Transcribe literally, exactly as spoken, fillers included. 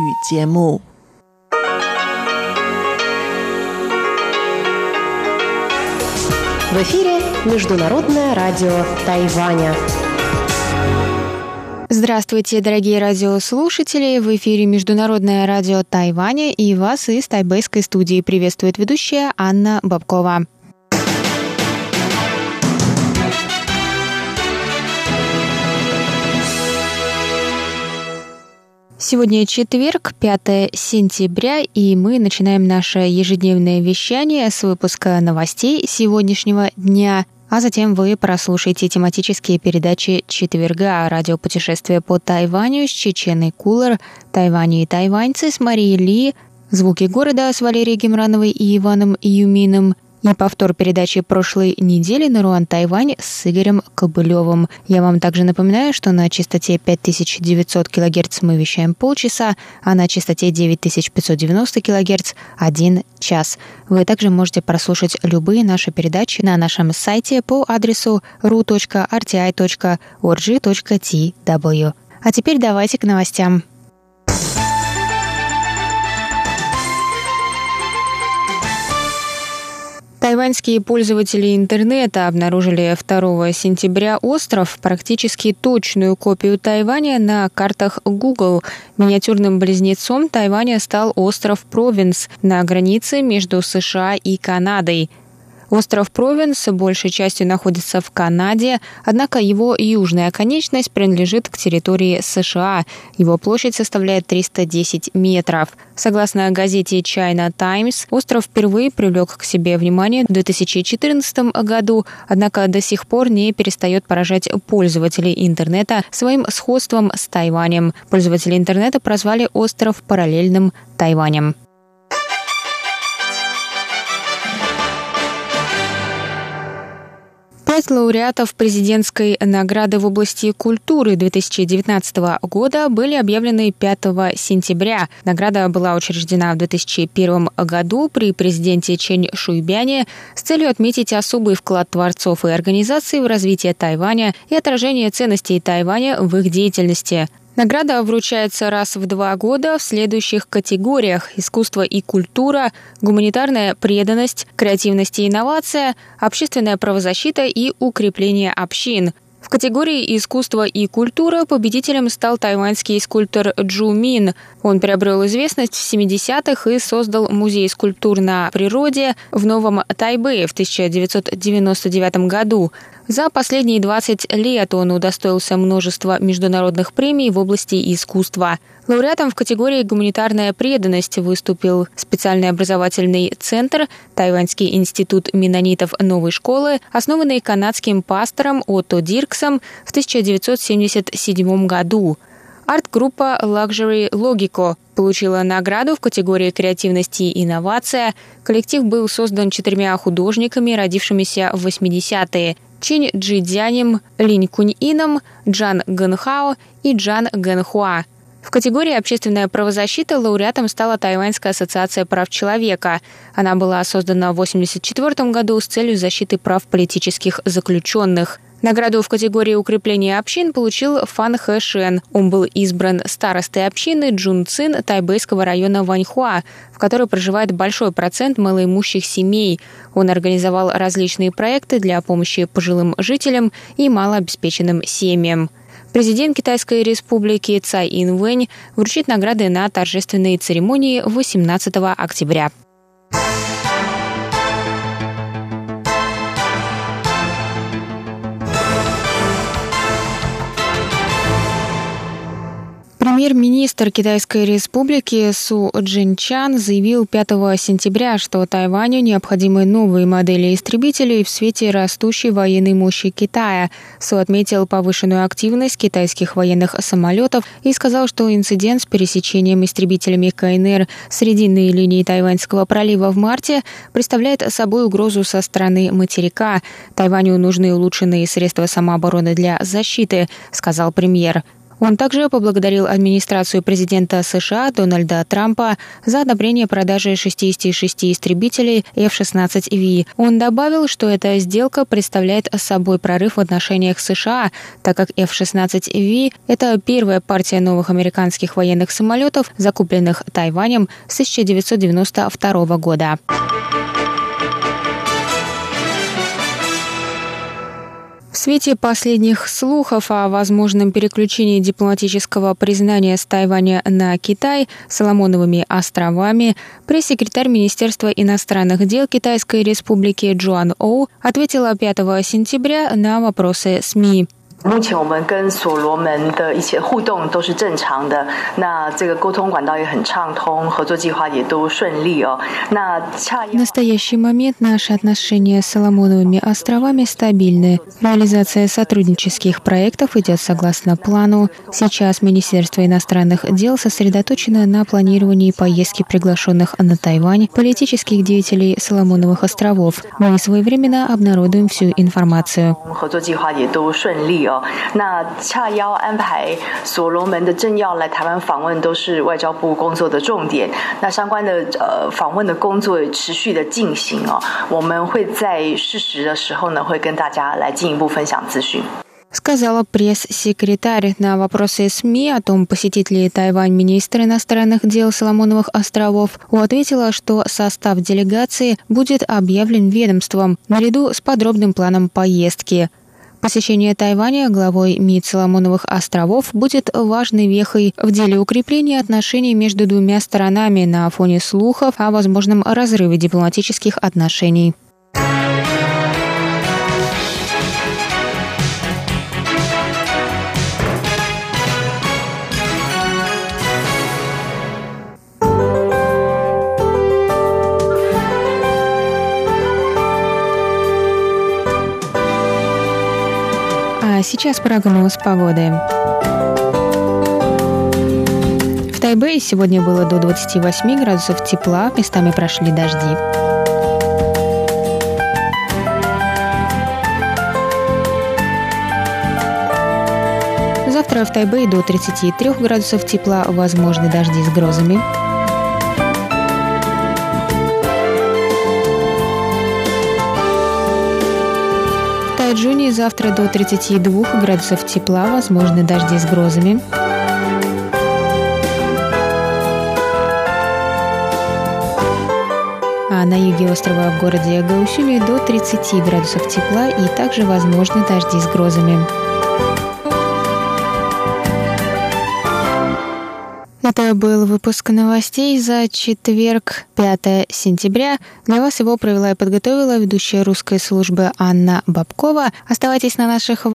节目。 В эфире Международное радио Тайваня. Здравствуйте, дорогие радиослушатели! В эфире Международное радио Тайваня, и вас из тайбэйской студии приветствует ведущая Анна Бабкова. Сегодня четверг, пятое сентября, и мы начинаем наше ежедневное вещание с выпуска новостей сегодняшнего дня, а затем вы прослушаете тематические передачи четверга: радиопутешествие по Тайваню с Чеченой Кулар, Тайвань и тайваньцы с Марией Ли, звуки города с Валерией Гемрановой и Иваном Юминым, и повтор передачи прошлой недели «Наруан Тайвань» с Игорем Кобылевым. Я вам также напоминаю, что на частоте пять тысяч девятьсот килогерц мы вещаем полчаса, а на частоте девять тысяч пятьсот девяносто килогерц – один час. Вы также можете прослушать любые наши передачи на нашем сайте по адресу ru точка эр ти ай точка орг точка ти дабл ю. А теперь давайте к новостям. Тайваньские пользователи интернета обнаружили второго сентября остров, практически точную копию Тайваня на картах Google. Миниатюрным близнецом Тайваня стал остров Провинс на границе между США и Канадой. Остров Провинс большей частью находится в Канаде, однако его южная оконечность принадлежит к территории США. Его площадь составляет триста десять метров. Согласно газете China Times, остров впервые привлек к себе внимание в две тысячи четырнадцатом году, однако до сих пор не перестает поражать пользователей интернета своим сходством с Тайванем. Пользователи интернета прозвали остров параллельным Тайванем. Пять лауреатов президентской награды в области культуры две тысячи девятнадцатого года были объявлены пятого сентября. Награда была учреждена в две тысячи первом году при президенте Чэнь Шуйбяне с целью отметить особый вклад творцов и организаций в развитие Тайваня и отражение ценностей Тайваня в их деятельности. Награда вручается раз в два года в следующих категориях: искусство и культура, гуманитарная преданность, креативность и инновация, общественная правозащита и укрепление общин. В категории «Искусство и культура» победителем стал тайваньский скульптор Джу Мин. Он приобрел известность в семидесятых и создал музей скульптур на природе в Новом Тайбэе в тысяча девятьсот девяносто девятом году. За последние двадцать лет он удостоился множества международных премий в области искусства. Лауреатом в категории «Гуманитарная преданность» выступил специальный образовательный центр Тайваньский институт меннонитов новой школы, основанный канадским пастором Отто Дирксом в тысяча девятьсот семьдесят седьмом году. Арт-группа Luxury Logico получила награду в категории «Креативность и инновация». Коллектив был создан четырьмя художниками, родившимися в восьмидесятые: Чинь Джидзянем, Линь Кунь-ином, Джан Гэнхао и Джан Гэнхуа. В категории «Общественная правозащита» лауреатом стала Тайваньская ассоциация прав человека. Она была создана в восемьдесят четвёртом году с целью защиты прав политических заключенных. Награду в категории укрепления общин получил Фан Хэ Шен. Он был избран старостой общины Джун Цин тайбэйского района Ваньхуа, в которой проживает большой процент малоимущих семей. Он организовал различные проекты для помощи пожилым жителям и малообеспеченным семьям. Президент Китайской республики Цай Ин-вэнь вручит награды на торжественной церемонии восемнадцатого октября. Премьер-министр Китайской республики Су Чжэньчан заявил пятого сентября, что Тайваню необходимы новые модели истребителей в свете растущей военной мощи Китая. Су отметил повышенную активность китайских военных самолетов и сказал, что инцидент с пересечением истребителями ка эн эр срединной линии Тайваньского пролива в марте представляет собой угрозу со стороны материка. Тайваню нужны улучшенные средства самообороны для защиты, сказал премьер. Он также поблагодарил администрацию президента США Дональда Трампа за одобрение продажи шестидесяти шести истребителей эф шестнадцать ви. Он добавил, что эта сделка представляет собой прорыв в отношениях США, так как эф шестнадцать ви – это первая партия новых американских военных самолетов, закупленных Тайванем с тысяча девятьсот девяносто второго года. В свете последних слухов о возможном переключении дипломатического признания с Тайваня на Китай Соломоновыми островами, пресс-секретарь Министерства иностранных дел Китайской Республики Джоан Оу ответила пятого сентября на вопросы СМИ. 目前我们跟所罗门的一切互动都是正常的，那这个沟通管道也很畅通，合作计划也都顺利哦。那 В настоящий момент наши отношения с Соломоновыми островами стабильны. Реализация сотруднических проектов идет согласно плану. Сейчас Министерство иностранных дел сосредоточено на планировании поездки приглашенных на Тайвань политических деятелей Соломоновых островов. Мы своевременно обнародуем всю информацию. 合作计划也都顺利哦。那洽邀安排所罗门的政要来台湾访问，都是外交部工作的重点。那相关的呃访问的工作持续的进行哦，我们会在适时的时候呢，会跟大家来进一步分享资讯。 Сказала пресс-секретарь. На вопросы СМИ о том, посетит ли Тайвань министр иностранных дел Соломоновых островов, ответила, что состав делегации будет объявлен ведомством наряду с подробным планом поездки. Посещение Тайваня главой МИД Соломоновых островов будет важной вехой в деле укрепления отношений между двумя сторонами на фоне слухов о возможном разрыве дипломатических отношений. А сейчас прогноз погоды. В Тайбэе сегодня было до двадцати восьми градусов тепла, местами прошли дожди. Завтра в Тайбэе до тридцати трёх градусов тепла, возможны дожди с грозами. В Тайчжуне завтра до тридцати двух градусов тепла, возможны дожди с грозами. А на юге острова в городе Гаосюне до тридцати градусов тепла и также возможны дожди с грозами. Это был выпуск новостей за четверг, пятого сентября. Для вас его провела и подготовила ведущая русской службы Анна Бабкова. Оставайтесь на наших